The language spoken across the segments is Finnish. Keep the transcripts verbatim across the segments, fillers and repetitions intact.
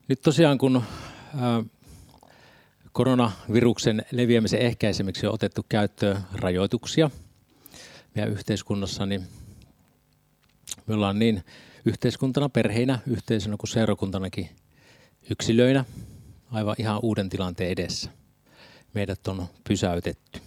Nyt tosiaan kun ää, koronaviruksen leviämisen ehkäisemiseksi on otettu käyttöön rajoituksia meidän yhteiskunnassa, niin me ollaan niin yhteiskuntana, perheinä, yhteisönä kuin seurakuntanakin yksilöinä aivan ihan uuden tilanteen edessä. Meidät on pysäytetty.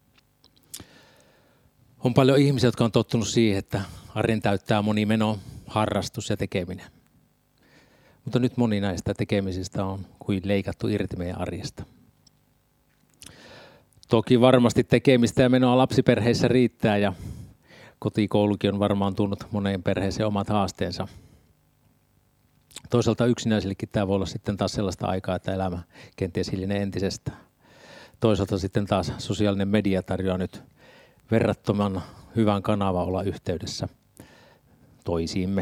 On paljon ihmisiä, jotka on tottunut siihen, että arjen täyttää moni meno, harrastus ja tekeminen. Mutta nyt moni näistä tekemisistä on kuin leikattu irti meidän arjesta. Toki varmasti tekemistä ja menoa lapsiperheissä riittää ja kotikoulukin on varmaan tunnut moneen perheeseen omat haasteensa. Toisaalta yksinäisillekin tämä voi olla sitten taas sellaista aikaa, että elämä kenties hiljenee entisestään. Toisaalta sitten taas sosiaalinen media tarjoaa nyt verrattoman hyvän kanava olla yhteydessä toisiimme.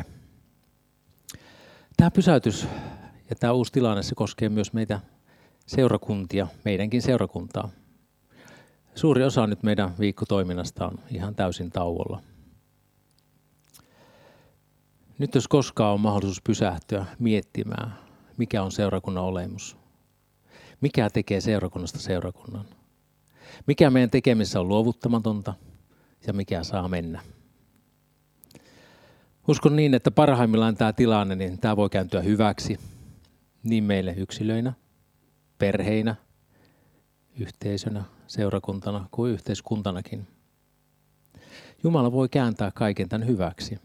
Tämä pysäytys ja tämä uusi tilanne, se koskee myös meitä seurakuntia, meidänkin seurakuntaa. Suuri osa nyt meidän viikkotoiminnasta on ihan täysin tauolla. Nyt jos koskaan on mahdollisuus pysähtyä miettimään, mikä on seurakunnan olemus. Mikä tekee seurakunnasta seurakunnan. Mikä meidän tekemisessä on luovuttamatonta ja mikä saa mennä. Uskon niin, että parhaimmillaan tämä tilanne, niin tämä voi kääntyä hyväksi niin meille yksilöinä, perheinä, yhteisönä, seurakuntana kuin yhteiskuntanakin. Jumala voi kääntää kaiken tämän hyväksi.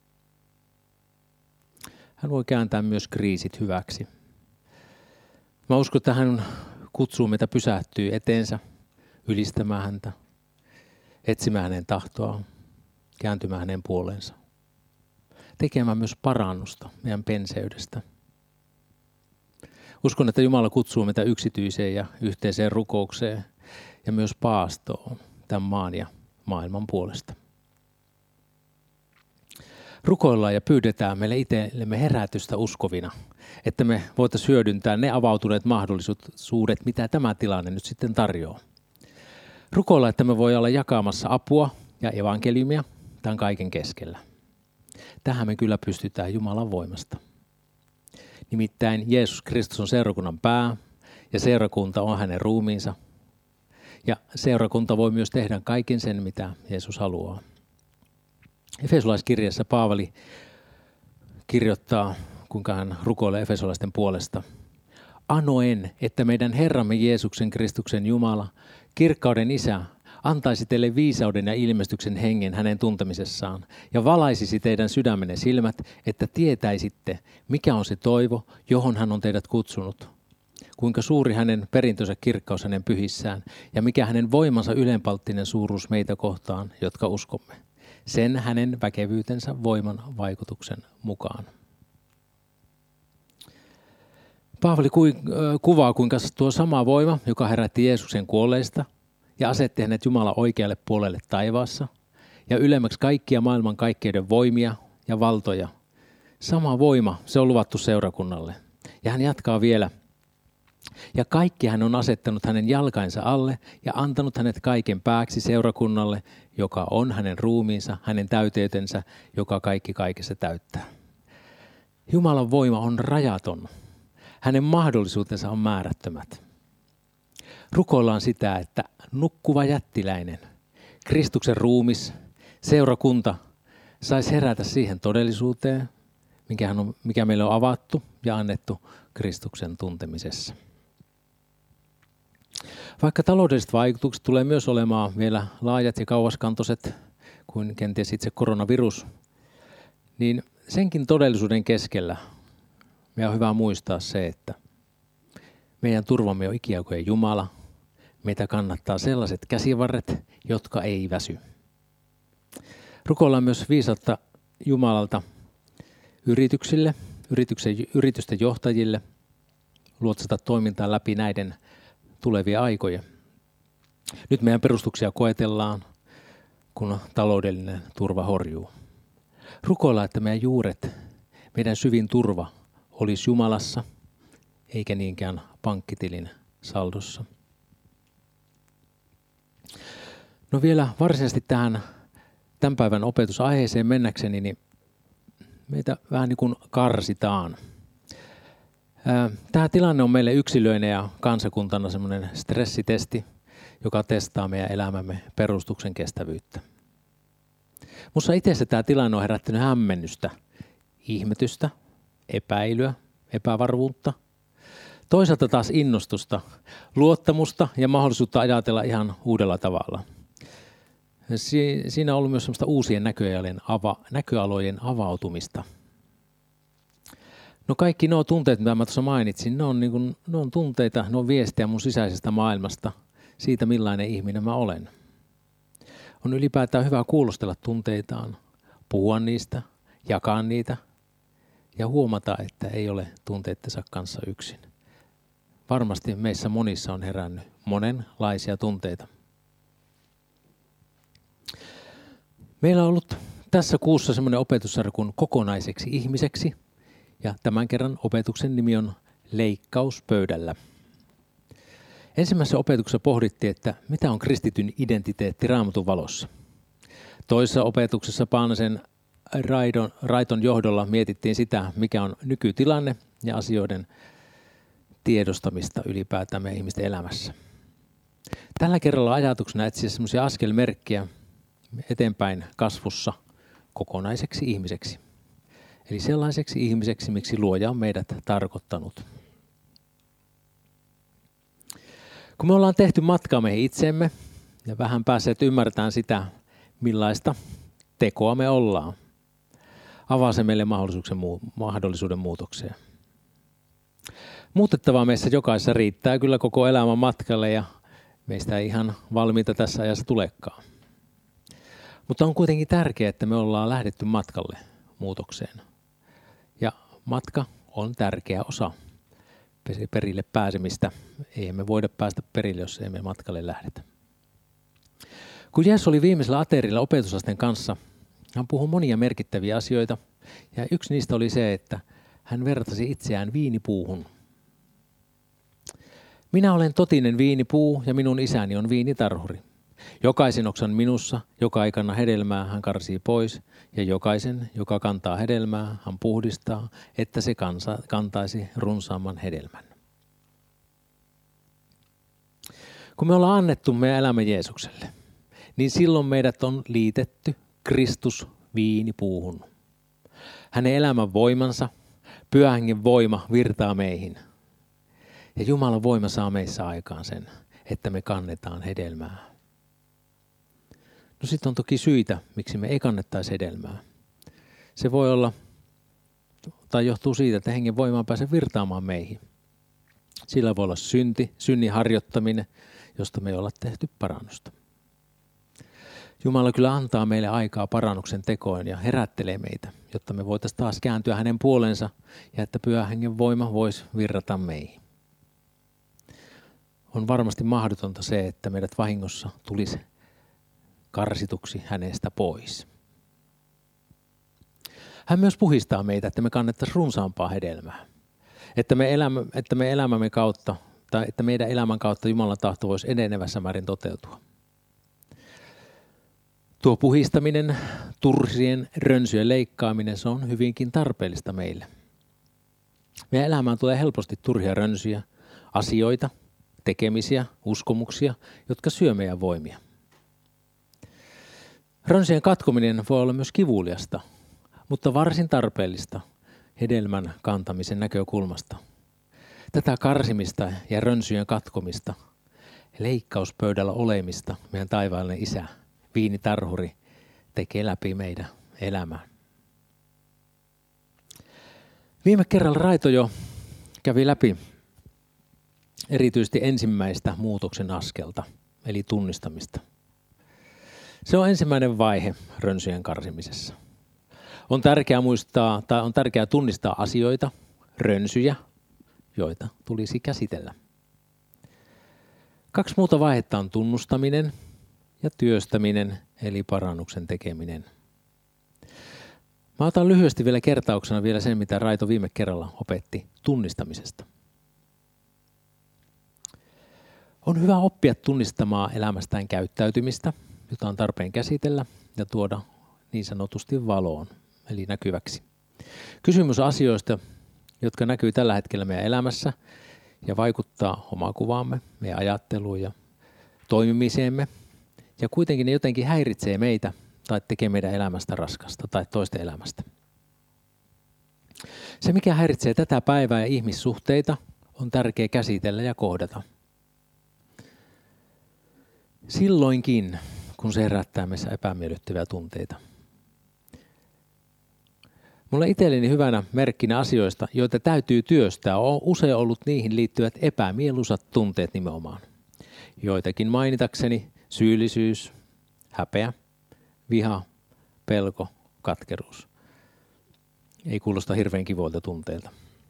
Hän voi kääntää myös kriisit hyväksi. Mä uskon, että hän kutsuu meitä pysähtyä eteensä, ylistämään häntä, etsimään hänen tahtoaan, kääntymään hänen puoleensa. Tekemään myös parannusta meidän penseydestä. Uskon, että Jumala kutsuu meitä yksityiseen ja yhteiseen rukoukseen ja myös paastoon tämän maan ja maailman puolesta. Rukoillaan ja pyydetään meille itsellemme herätystä uskovina, että me voitaisiin hyödyntää ne avautuneet mahdollisuudet, mitä tämä tilanne nyt sitten tarjoaa. Rukoillaan, että me voidaan olla jakamassa apua ja evankeliumia tämän kaiken keskellä. Tähän me kyllä pystytään Jumalan voimasta. Nimittäin Jeesus Kristus on seurakunnan pää ja seurakunta on hänen ruumiinsa. Ja seurakunta voi myös tehdä kaiken sen, mitä Jeesus haluaa. Efesolaiskirjassa Paavali kirjoittaa, kuinka hän rukoilee efesolaisten puolesta. Anoen, että meidän Herramme Jeesuksen Kristuksen Jumala, kirkkauden Isä, antaisi teille viisauden ja ilmestyksen hengen hänen tuntemisessaan ja valaisisi teidän sydämenne silmät, että tietäisitte, mikä on se toivo, johon hän on teidät kutsunut. Kuinka suuri hänen perintönsä kirkkaus hänen pyhissään ja mikä hänen voimansa ylenpalttinen suuruus meitä kohtaan, jotka uskomme. Sen hänen väkevyytensä voiman vaikutuksen mukaan. Paavali kuvaa, kuinka tuo sama voima, joka herätti Jeesuksen kuolleista ja asetti hänet Jumalan oikealle puolelle taivaassa ja ylemmäksi kaikkia maailman kaikkeuden voimia ja valtoja. Sama voima, se on luvattu seurakunnalle. Ja hän jatkaa vielä. Ja kaikki hän on asettanut hänen jalkainsa alle ja antanut hänet kaiken pääksi seurakunnalle, joka on hänen ruumiinsa, hänen täyteytensä, joka kaikki kaikessa täyttää. Jumalan voima on rajaton. Hänen mahdollisuutensa on määrättömät. Rukoillaan sitä, että nukkuva jättiläinen, Kristuksen ruumis, seurakunta saisi herätä siihen todellisuuteen, mikä, hän on, mikä meille on avattu ja annettu Kristuksen tuntemisessa. Vaikka taloudelliset vaikutukset tulee myös olemaan vielä laajat ja kauaskantoiset kuin kenties itse koronavirus, niin senkin todellisuuden keskellä meidän on hyvä muistaa se, että meidän turvamme on ikiaikojen Jumala. Meitä kannattaa sellaiset käsivarret, jotka ei väsy. Rukoillaan myös viisautta Jumalalta yrityksille, yrityksen, yritysten johtajille, luotsata toimintaa läpi näiden tulevia aikoja. Nyt meidän perustuksia koetellaan, kun taloudellinen turva horjuu. Rukoillaan, että meidän juuret, meidän syvin turva olisi Jumalassa, eikä niinkään pankkitilin saldossa. No vielä varsinaisesti tähän tämän päivän opetusaiheeseen mennäkseni, niin meitä vähän niin kuin karsitaan. Tämä tilanne on meille yksilöinen ja kansakuntana semmoinen stressitesti, joka testaa meidän elämämme perustuksen kestävyyttä. Minussa itsessä tämä tilanne on herättänyt hämmennystä, ihmetystä, epäilyä, epävarmuutta. Toisaalta taas innostusta, luottamusta ja mahdollisuutta ajatella ihan uudella tavalla. Si- siinä on ollut myös semmoista uusien näköalojen, ava- näköalojen avautumista. No kaikki nuo tunteet, mitä mä tuossa mainitsin, ne on, niin kuin, ne on tunteita, ne on viestejä mun sisäisestä maailmasta, siitä millainen ihminen mä olen. On ylipäätään hyvä kuulostella tunteitaan, puhua niistä, jakaa niitä ja huomata, että ei ole tunteittensa kanssa yksin. Varmasti meissä monissa on herännyt monenlaisia tunteita. Meillä on ollut tässä kuussa semmoinen opetussarja kuin kokonaiseksi ihmiseksi. Ja tämän kerran opetuksen nimi on Leikkaus pöydällä. Ensimmäisessä opetuksessa pohdittiin, että mitä on kristityn identiteetti Raamatun valossa. Toisessa opetuksessa Paanasen raidon, raiton johdolla mietittiin sitä, mikä on nykytilanne ja asioiden tiedostamista ylipäätään meidän ihmisten elämässä. Tällä kerralla ajatuksena etsiä semmoisia askelmerkkejä eteenpäin kasvussa kokonaiseksi ihmiseksi. Eli sellaiseksi ihmiseksi, miksi Luoja on meidät tarkoittanut. Kun me ollaan tehty matkaa meihin itseemme ja vähän päässeet ymmärtämään sitä, millaista tekoa me ollaan, avaa se meille mahdollisuuden muutokseen. Muutettavaa meissä jokaisessa riittää kyllä koko elämän matkalle ja meistä ei ihan valmiita tässä ajassa tulekaan. Mutta on kuitenkin tärkeää, että me ollaan lähdetty matkalle muutokseen. Ja matka on tärkeä osa perille pääsemistä. Ei me voida päästä perille, jos ei me matkalle lähdetä. Kun Jeesus oli viimeisellä aterilla opetuslasten kanssa, hän puhui monia merkittäviä asioita. Ja yksi niistä oli se, että hän vertasi itseään viinipuuhun. Minä olen totinen viinipuu ja minun isäni on viinitarhuri. Jokaisen oksan minussa, joka ei kanna hedelmää, hän karsii pois, ja jokaisen, joka kantaa hedelmää, hän puhdistaa, että se kansa, kantaisi runsaamman hedelmän. Kun me ollaan annettu meidän elämä Jeesukselle, niin silloin meidät on liitetty Kristus viinipuuhun. Hänen elämän voimansa, Pyhän Hengen voima virtaa meihin. Ja Jumalan voima saa meissä aikaan sen, että me kannetaan hedelmää. No sitten on toki syitä, miksi me ei kannettaisi hedelmää. Se voi olla, tai johtuu siitä, että hengen voimaan pääsee virtaamaan meihin. Sillä voi olla synti, synnin harjoittaminen, josta me ei olla tehty parannusta. Jumala kyllä antaa meille aikaa parannuksen tekoon ja herättelee meitä, jotta me voitaisiin taas kääntyä hänen puolensa ja että Pyhän Hengen voima voisi virrata meihin. On varmasti mahdotonta se, että meidät vahingossa tulisi karsituksi hänestä pois. Hän myös puhistaa meitä, että me kannettaisiin runsaampaa hedelmää. Että me, elämä, että me elämämme kautta, tai että meidän elämän kautta Jumalan tahto voisi enenevässä määrin toteutua. Tuo puhistaminen, tursien, rönsyjen leikkaaminen, se on hyvinkin tarpeellista meille. Meidän elämään tulee helposti turhia rönsyjä, asioita, tekemisiä, uskomuksia, jotka syö meidän voimia. Rönsyjen katkominen voi olla myös kivuliasta, mutta varsin tarpeellista hedelmän kantamisen näkökulmasta. Tätä karsimista ja rönsyjen katkomista, leikkauspöydällä olemista meidän taivaallinen Isä, viinitarhuri, tekee läpi meidän elämää. Viime kerralla Raito jo kävi läpi erityisesti ensimmäistä muutoksen askelta, eli tunnistamista. Se on ensimmäinen vaihe rönsyjen karsimisessa. On tärkeää muistaa tai on tärkeää tunnistaa asioita, rönsyjä, joita tulisi käsitellä. Kaksi muuta vaihetta on tunnustaminen ja työstäminen, eli parannuksen tekeminen. Mä otan lyhyesti vielä kertauksena vielä sen, mitä Raito viime kerralla opetti tunnistamisesta. On hyvä oppia tunnistamaan elämästään käyttäytymistä, jota on tarpeen käsitellä ja tuoda niin sanotusti valoon, eli näkyväksi. Kysymys asioista, jotka näkyy tällä hetkellä meidän elämässä ja vaikuttaa omakuvaamme, meidän ajatteluun ja toimimiseemme. Ja kuitenkin ne jotenkin häiritsee meitä tai tekee meidän elämästä raskasta tai toisten elämästä. Se, mikä häiritsee tätä päivää ja ihmissuhteita, on tärkeä käsitellä ja kohdata. Silloinkin, kun se herättää meissä epämiellyttäviä tunteita. Mulle itselleni hyvänä merkkinä asioista, joita täytyy työstää, on usein ollut niihin liittyvät epämieluisat tunteet nimenomaan. Joitakin mainitakseni syyllisyys, häpeä, viha, pelko, katkeruus. Ei kuulosta hirveän kivoilta tunteilta.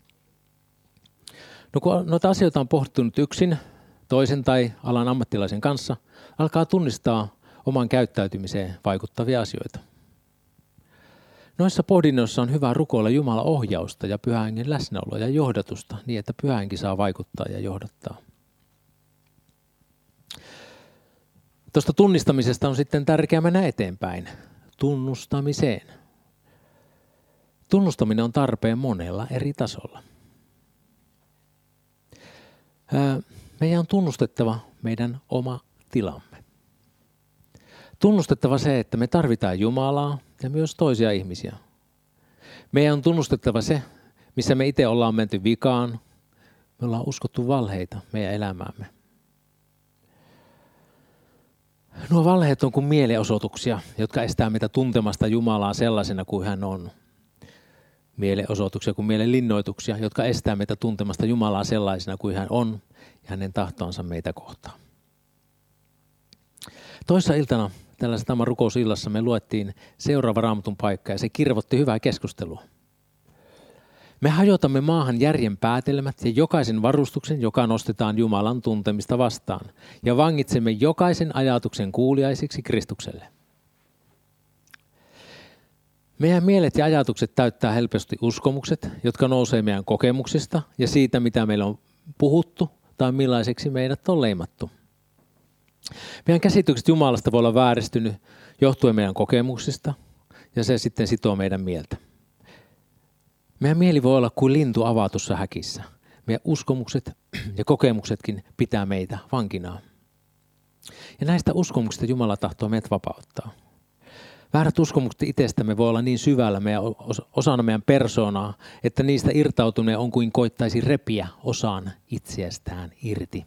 No kun noita asioita on pohtinut yksin, toisen tai alan ammattilaisen kanssa, alkaa tunnistaa oman käyttäytymiseen vaikuttavia asioita. Noissa pohdinnoissa on hyvä rukoilla Jumalan ohjausta ja Pyhän Hengen läsnäoloa ja johdatusta niin, että Pyhä Henki saa vaikuttaa ja johdattaa. Tuosta tunnistamisesta on sitten tärkeää mennä eteenpäin. Tunnustamiseen. Tunnustaminen on tarpeen monella eri tasolla. Meidän on tunnustettava meidän oma tilamme. Tunnustettava se, että me tarvitaan Jumalaa ja myös toisia ihmisiä. Meidän on tunnustettava se, missä me itse ollaan menty vikaan. Me ollaan uskottu valheita meidän elämäämme. Nuo valheet on kuin mielenosoituksia, jotka estää meitä tuntemasta Jumalaa sellaisena kuin hän on. Mielenosoituksia kuin mielenlinnoituksia, jotka estää meitä tuntemasta Jumalaa sellaisena kuin hän on ja hänen tahtoansa meitä kohtaan. Toissa iltana tällä Sataman rukousillassa me luettiin seuraava Raamatun paikka ja se kirvoitti hyvää keskustelua. Me hajotamme maahan järjen päätelmät ja jokaisen varustuksen, joka nostetaan Jumalan tuntemista vastaan ja vangitsemme jokaisen ajatuksen kuuliaisiksi Kristukselle. Meidän mielet ja ajatukset täyttää helposti uskomukset, jotka nousee meidän kokemuksista ja siitä, mitä meillä on puhuttu tai millaiseksi meidät on leimattu. Meidän käsitykset Jumalasta voi olla vääristynyt johtuen meidän kokemuksista ja se sitten sitoo meidän mieltä. Meidän mieli voi olla kuin lintu avatussa häkissä. Meidän uskomukset ja kokemuksetkin pitää meitä vankinaan. Ja näistä uskomuksista Jumala tahtoo meidät vapauttaa. Väärät uskomukset itsestämme voi olla niin syvällä meidän, osana meidän persoonaa, että niistä irtautuneen on kuin koittaisi repiä osaan itseestään irti.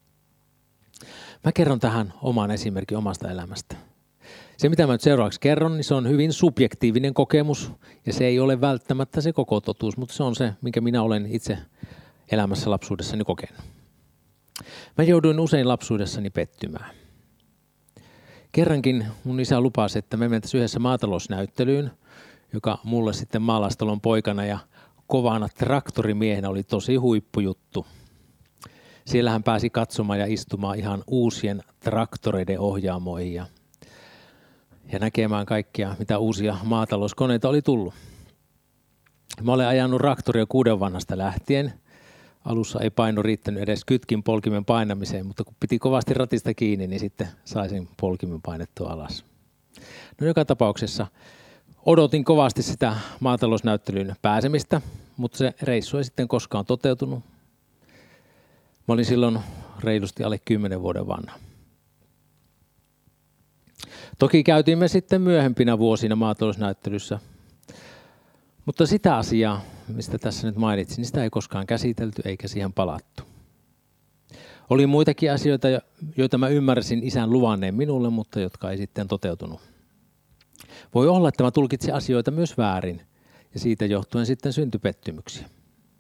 Mä kerron tähän oman esimerkin omasta elämästä. Se, mitä mä nyt seuraavaksi kerron, niin se on hyvin subjektiivinen kokemus ja se ei ole välttämättä se koko totuus, mutta se on se, minkä minä olen itse elämässä lapsuudessani kokenut. Mä jouduin usein lapsuudessani pettymään. Kerrankin mun isä lupasi, että me mentäisiin yhdessä maatalousnäyttelyyn, joka mulle sitten maalaistalon poikana ja kovana traktorimiehenä oli tosi huippujuttu. Siellä hän pääsi katsomaan ja istumaan ihan uusien traktoreiden ohjaamoihin ja, ja näkemään kaikkia, mitä uusia maatalouskoneita oli tullut. Mä olen ajanut traktoria kuuden vanhasta lähtien. Alussa ei paino riittänyt edes kytkin polkimen painamiseen, mutta kun piti kovasti ratista kiinni, niin sitten saisin polkimen painettua alas. No joka tapauksessa odotin kovasti sitä maatalousnäyttelyyn pääsemistä, mutta se reissu ei sitten koskaan toteutunut. Mä olin silloin reilusti alle kymmenen vuoden vanha. Toki käytiin me sitten myöhempinä vuosina maatalousnäyttelyssä, mutta sitä asiaa, mistä tässä nyt mainitsin, niin sitä ei koskaan käsitelty eikä siihen palattu. Oli muitakin asioita, joita mä ymmärsin isän luvanneen minulle, mutta jotka ei sitten toteutunut. Voi olla, että mä tulkitsin asioita myös väärin ja siitä johtuen sitten syntyi pettymyksiä.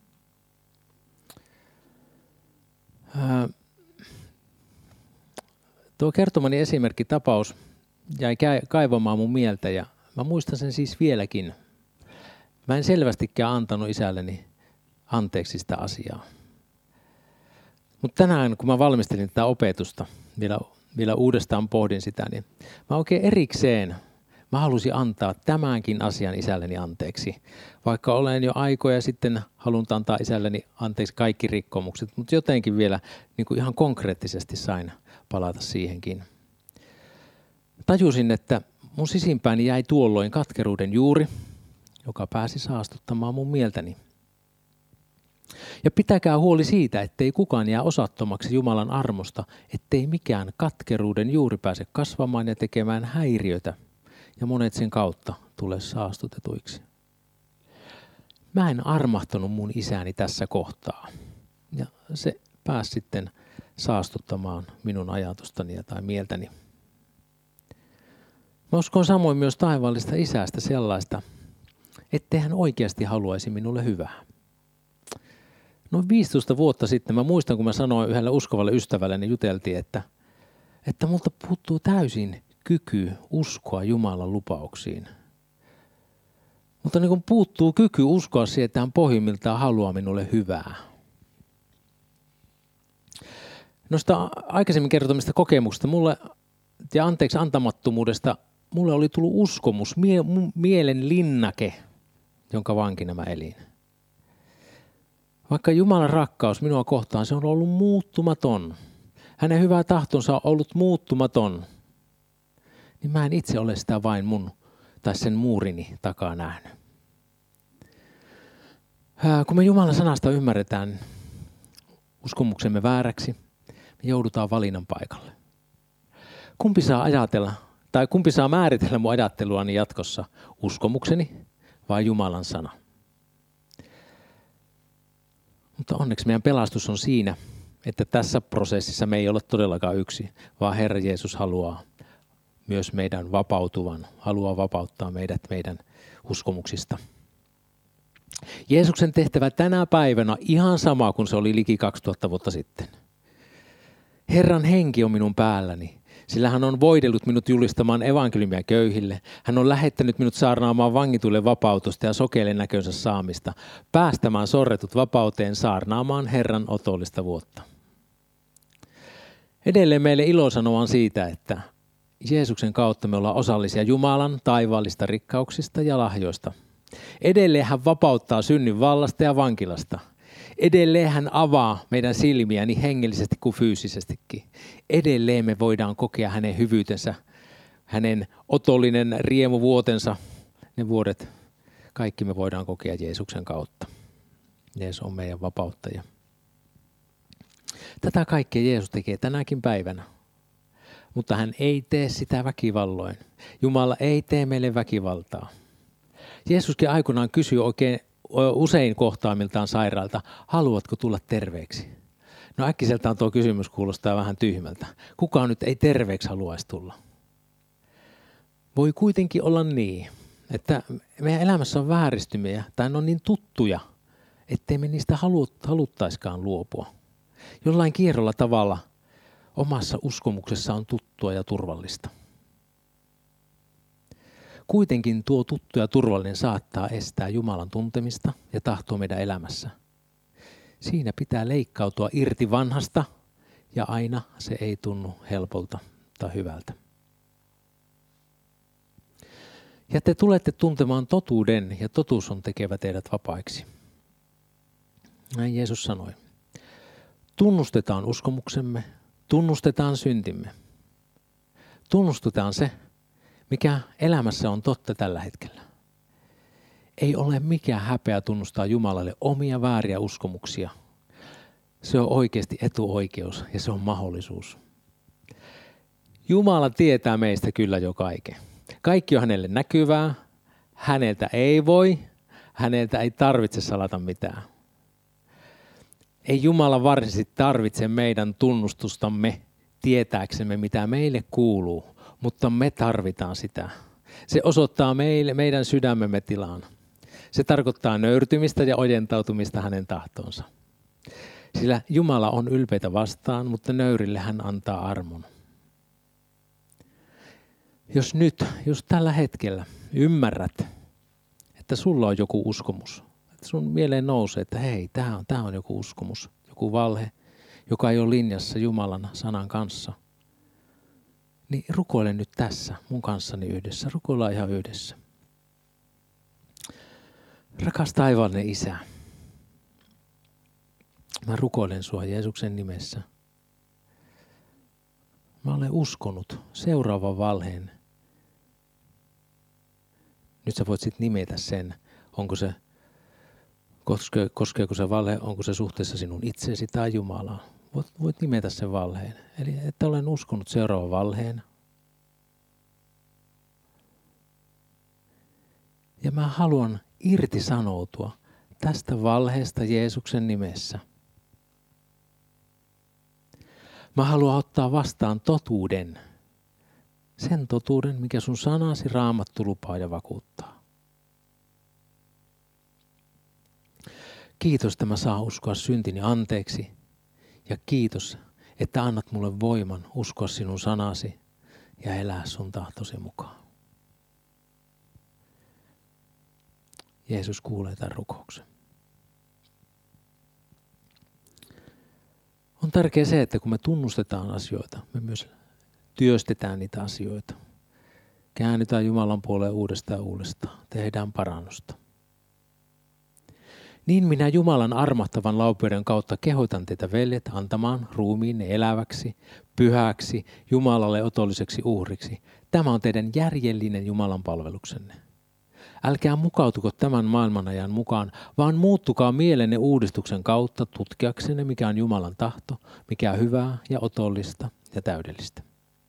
Tuo kertomani esimerkkitapaus jäi kaivamaan mun mieltä ja mä muistan sen siis vieläkin. Mä en selvästikään antanut isälleni anteeksi sitä asiaa. Mutta tänään, kun mä valmistelin tätä opetusta, vielä, vielä uudestaan pohdin sitä, niin mä oikein erikseen, mä halusin antaa tämänkin asian isälleni anteeksi. Vaikka olen jo aikoja sitten halunnut antaa isälleni anteeksi kaikki rikkomukset, mutta jotenkin vielä niin kuin ihan konkreettisesti sain palata siihenkin. Tajusin, että mun sisimpääni jäi tuolloin katkeruuden juuri, joka pääsi saastuttamaan mun mieltäni. Ja pitäkää huoli siitä, ettei kukaan jää osattomaksi Jumalan armosta, ettei mikään katkeruuden juuri pääse kasvamaan ja tekemään häiriötä, ja monet sen kautta tule saastutetuiksi. Mä en armahtanut mun isäni tässä kohtaa, ja se pääsi sitten saastuttamaan minun ajatustani tai mieltäni. Mä uskon samoin myös taivaallista isästä sellaista, ettei hän oikeasti haluaisi minulle hyvää. Noin viisitoista vuotta sitten mä muistan, kun mä sanoin yhdelle uskovalle ystävälle, niin juteltiin, että, että multa puuttuu täysin kyky uskoa Jumalan lupauksiin. Mutta niin kun puuttuu kyky uskoa siihen, että hän pohjimmiltaan haluaa minulle hyvää. Noista aikaisemmin kertomista kokemuksista mulle, ja anteeksi antamattomuudesta mulle oli tullut uskomus, mie, mielen linnake, jonka vankina mä elin. Vaikka Jumalan rakkaus minua kohtaan, se on ollut muuttumaton. Hänen hyvä tahtonsa on ollut muuttumaton. Niin mä en itse ole sitä vain mun tai sen muurini takaa nähnyt. Kun me Jumalan sanasta ymmärretään uskomuksemme vääräksi, me joudutaan valinnan paikalle. Kumpi saa ajatella, tai kumpi saa määritellä mun ajatteluani jatkossa, uskomukseni vai Jumalan sana? Mutta onneksi meidän pelastus on siinä, että tässä prosessissa me ei ole todellakaan yksi, vaan Herra Jeesus haluaa myös meidän vapautuvan, haluaa vapauttaa meidät meidän uskomuksista. Jeesuksen tehtävä tänä päivänä ihan sama kuin se oli liki kaksituhatta vuotta sitten. Herran henki on minun päälläni, sillä hän on voidellut minut julistamaan evankeliumia köyhille. Hän on lähettänyt minut saarnaamaan vangituille vapautusta ja sokeille näkönsä saamista, päästämään sorretut vapauteen, saarnaamaan Herran otollista vuotta. Edelleen meille ilosanoa on siitä, että Jeesuksen kautta me ollaan osallisia Jumalan taivaallista rikkauksista ja lahjoista. Edelleen hän vapauttaa synnin vallasta ja vankilasta. Edelleen hän avaa meidän silmiä niin hengellisesti kuin fyysisestikin. Edelleen me voidaan kokea hänen hyvyytensä, hänen otollinen riemuvuotensa. Ne vuodet, kaikki me voidaan kokea Jeesuksen kautta. Jeesus on meidän vapauttaja. Tätä kaikkea Jeesus tekee tänäkin päivänä. Mutta hän ei tee sitä väkivalloin. Jumala ei tee meille väkivaltaa. Jeesuskin aikoinaan kysyi oikein usein kohtaamiltaan sairailta, haluatko tulla terveeksi? No äkkiseltään tuo kysymys kuulostaa vähän tyhmältä. Kukaan nyt ei terveeksi haluaisi tulla? Voi kuitenkin olla niin, että meidän elämässä on vääristymiä tai ne on niin tuttuja, ettei me niistä haluttaiskaan luopua. Jollain kierrolla tavalla omassa uskomuksessa on tuttua ja turvallista. Kuitenkin tuo tuttu ja turvallinen saattaa estää Jumalan tuntemista ja tahtoa meidän elämässä. Siinä pitää leikkautua irti vanhasta ja aina se ei tunnu helpolta tai hyvältä. Ja te tulette tuntemaan totuuden ja totuus on tekevä teidät vapaiksi. Näin Jeesus sanoi. Tunnustetaan uskomuksemme, tunnustetaan syntimme. Tunnustetaan se, mikä elämässä on totta tällä hetkellä. Ei ole mikään häpeä tunnustaa Jumalalle omia vääriä uskomuksia. Se on oikeasti etuoikeus ja se on mahdollisuus. Jumala tietää meistä kyllä jo kaiken. Kaikki on hänelle näkyvää, häneltä ei voi, häneltä ei tarvitse salata mitään. Ei Jumala varsinaisesti tarvitse meidän tunnustustamme tietääksemme, mitä meille kuuluu, mutta me tarvitaan sitä. Se osoittaa meille, meidän sydämemme tilaan. Se tarkoittaa nöyrtymistä ja ojentautumista hänen tahtoonsa. Sillä Jumala on ylpeitä vastaan, mutta nöyrille hän antaa armon. Jos nyt, jos tällä hetkellä ymmärrät, että sulla on joku uskomus, että sun mieleen nousee, että hei, tämä on, tämä on joku uskomus, joku valhe, joka ei ole linjassa Jumalan sanan kanssa, niin rukoile nyt tässä mun kanssani yhdessä. Rukoillaan ihan yhdessä. Rakas taivaallinen Isä, mä rukoilen sua Jeesuksen nimessä. Mä olen uskonut seuraavan valheen. Nyt sä voit sitten nimetä sen, onko se Koske, koskeeko se valhe, onko se suhteessa sinun itseesi tai Jumalaan. Voit, voit nimetä sen valheen. Eli että olen uskonut seuraavan valheen. Ja mä haluan irtisanoutua tästä valheesta Jeesuksen nimessä. Mä haluan ottaa vastaan totuuden. Sen totuuden, mikä sun sanasi Raamattu lupaa ja vakuuttaa. Kiitos, että mä saan uskoa syntini anteeksi. Ja kiitos, että annat mulle voiman uskoa sinun sanasi ja elää sun tahtosi mukaan. Jeesus kuulee tämän rukouksen. On tärkeää se, että kun me tunnustetaan asioita, me myös työstetään niitä asioita. Käännytään Jumalan puoleen uudestaan ja uudestaan. Tehdään parannusta. Niin minä Jumalan armahtavan laupeuden kautta kehotan teitä veljet antamaan ruumiinne eläväksi, pyhäksi, Jumalalle otolliseksi uhriksi. Tämä on teidän järjellinen Jumalan palveluksenne. Älkää mukautuko tämän maailmanajan mukaan, vaan muuttukaa mielenne uudistuksen kautta tutkiaksenne, mikä on Jumalan tahto, mikä on hyvää ja otollista ja täydellistä.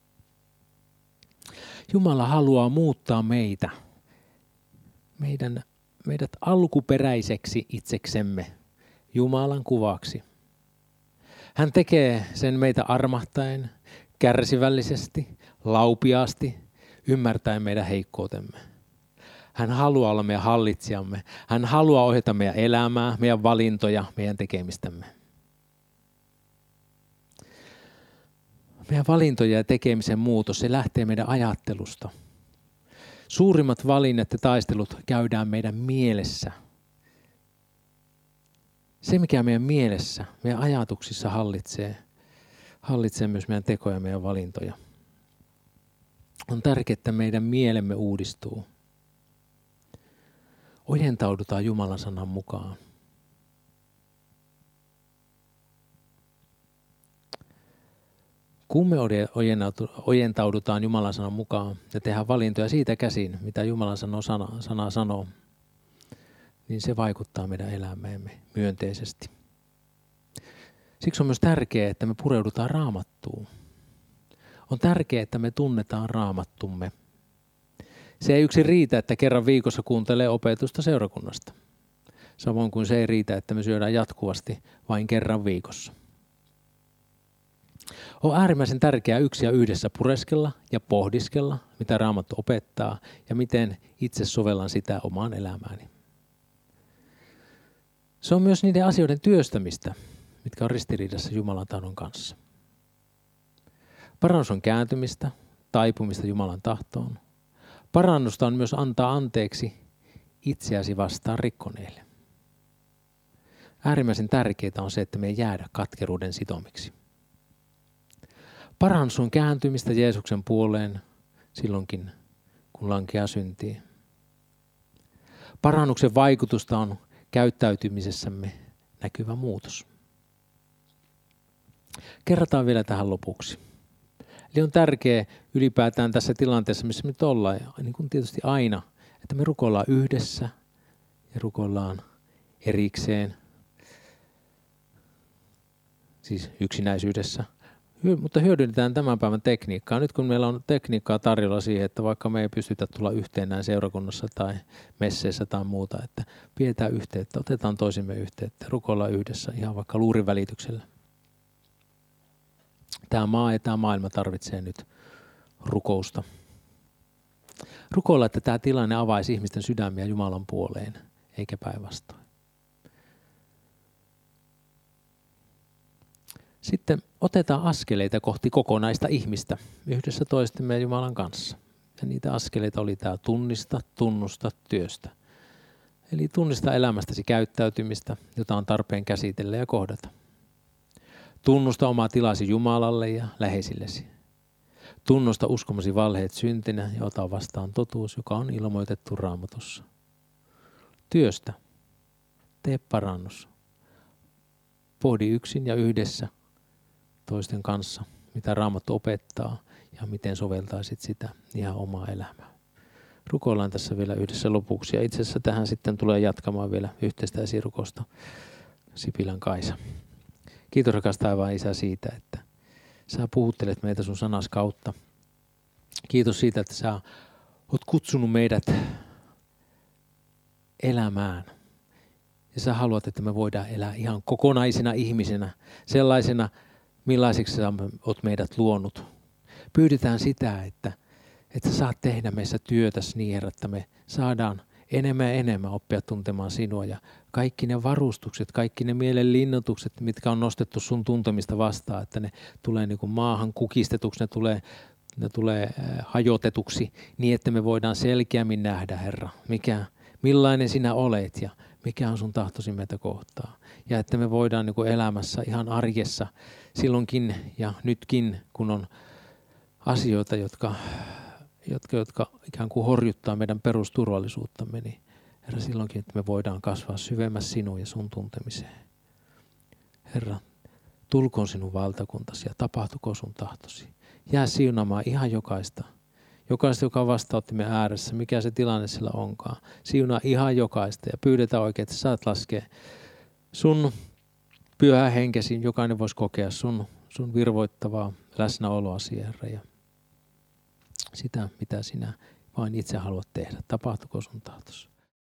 Jumala haluaa muuttaa meitä, meidän, meidät alkuperäiseksi itseksemme, Jumalan kuvaksi. Hän tekee sen meitä armahtaen, kärsivällisesti, laupiaasti, ymmärtäen meidän heikkoutemme. Hän haluaa olla meidän hallitsijamme. Hän haluaa ohjata meidän elämää, meidän valintoja, meidän tekemistämme. Meidän valintoja ja tekemisen muutos, se lähtee meidän ajattelusta. Suurimmat valinnat ja taistelut käydään meidän mielessä. Se, mikä meidän mielessä, meidän ajatuksissa hallitsee, hallitsee myös meidän tekoja ja meidän valintoja. On tärkeää, että meidän mielemme uudistuu. Ojentaudutaan Jumalan sanan mukaan. Kun me ojentaudutaan Jumalan sanan mukaan ja tehdään valintoja siitä käsin, mitä Jumalan sanoo, sana, sana sanoo, niin se vaikuttaa meidän elämäämme myönteisesti. Siksi on myös tärkeää, että me pureudutaan Raamattuun. On tärkeää, että me tunnetaan Raamattumme. Se ei yksin riitä, että kerran viikossa kuuntelee opetusta seurakunnasta. Samoin kuin se ei riitä, että me syödään jatkuvasti vain kerran viikossa. On äärimmäisen tärkeää yksi ja yhdessä pureskella ja pohdiskella, mitä Raamattu opettaa ja miten itse sovellan sitä omaan elämääni. Se on myös niiden asioiden työstämistä, mitkä on ristiriidassa Jumalan tahdon kanssa. Parannus on kääntymistä, taipumista Jumalan tahtoon. Parannusta on myös antaa anteeksi itseäsi vastaan rikkoneille. Äärimmäisen tärkeää on se, että me ei jäädä katkeruuden sitomiksi. Parannus on kääntymistä Jeesuksen puoleen silloinkin, kun lankeaa syntiin. Parannuksen vaikutusta on käyttäytymisessämme näkyvä muutos. Kerrataan vielä tähän lopuksi. Eli on tärkeää ylipäätään tässä tilanteessa, missä me nyt ollaan, ja niin kuin tietysti aina, että me rukoillaan yhdessä ja rukoillaan erikseen, siis yksinäisyydessä. Mutta hyödynnetään tämän päivän tekniikkaa. Nyt kun meillä on tekniikkaa tarjolla siihen, että vaikka me ei pystytä tulla yhteen näin seurakunnassa tai messeissä tai muuta, että pidetään yhteyttä, otetaan toisimme yhteyttä, rukoillaan yhdessä ihan vaikka luurin välityksellä. Tämä maa ja tämä maailma tarvitsee nyt rukousta. Rukoilla, että tämä tilanne avaisi ihmisten sydämiä Jumalan puoleen, eikä päinvastoin. Sitten otetaan askeleita kohti kokonaista ihmistä yhdessä toistemme ja Jumalan kanssa. Ja niitä askeleita oli tämä tunnista, tunnusta, työstä. Eli tunnista elämästäsi käyttäytymistä, jota on tarpeen käsitellä ja kohdata. Tunnusta omaa tilasi Jumalalle ja läheisillesi. Tunnusta uskomasi valheet syntinä ja ota vastaan totuus, joka on ilmoitettu Raamatussa. Työstä. Tee parannus. Pohdi yksin ja yhdessä toisten kanssa, mitä Raamattu opettaa ja miten soveltaisit sitä ihan omaa elämää. Rukoillaan tässä vielä yhdessä lopuksi. Ja itse asiassa tähän sitten tulee jatkamaan vielä yhteistä esirukosta Sipilän Kaisa. Kiitos rakas taivaan Isä siitä, että sä puhuttelet meitä sun sanas kautta. Kiitos siitä, että sä oot kutsunut meidät elämään. Ja sä haluat, että me voidaan elää ihan kokonaisina ihmisinä, sellaisena millaisiksi sä oot meidät luonut. Pyydetään sitä, että, että saat tehdä meissä työtäsi niin, Herra, että me saadaan enemmän ja enemmän oppia tuntemaan sinua. Ja kaikki ne varustukset, kaikki ne mielen linnoitukset, mitkä on nostettu sun tuntemista vastaan, että ne tulee niin kuin maahan kukistetuksi, ne tulee, ne tulee hajotetuksi niin, että me voidaan selkeämmin nähdä, Herra, mikä, millainen sinä olet ja mikä on sun tahtosi meitä kohtaa. Ja että me voidaan niin kuin elämässä ihan arjessa silloinkin ja nytkin, kun on asioita, jotka, jotka, jotka ikään kuin horjuttaa meidän perusturvallisuuttamme, niin Herra, silloinkin, että me voidaan kasvaa syvemmässä sinun ja sun tuntemiseen. Herra, tulkoon sinun valtakuntasi ja tapahtuko sun tahtosi. Jää siunaamaan ihan jokaista. Jokaista, joka vastauttimme ääressä, mikä se tilanne sillä onkaan. Siunaa ihan jokaista ja pyydetään oikein, että saat laskea sun pyhä henkesi. Jokainen voisi kokea sun, sun virvoittavaa läsnäoloasi, Herra, ja sitä, mitä sinä vain itse haluat tehdä. Tapahtuko sun tahtosi.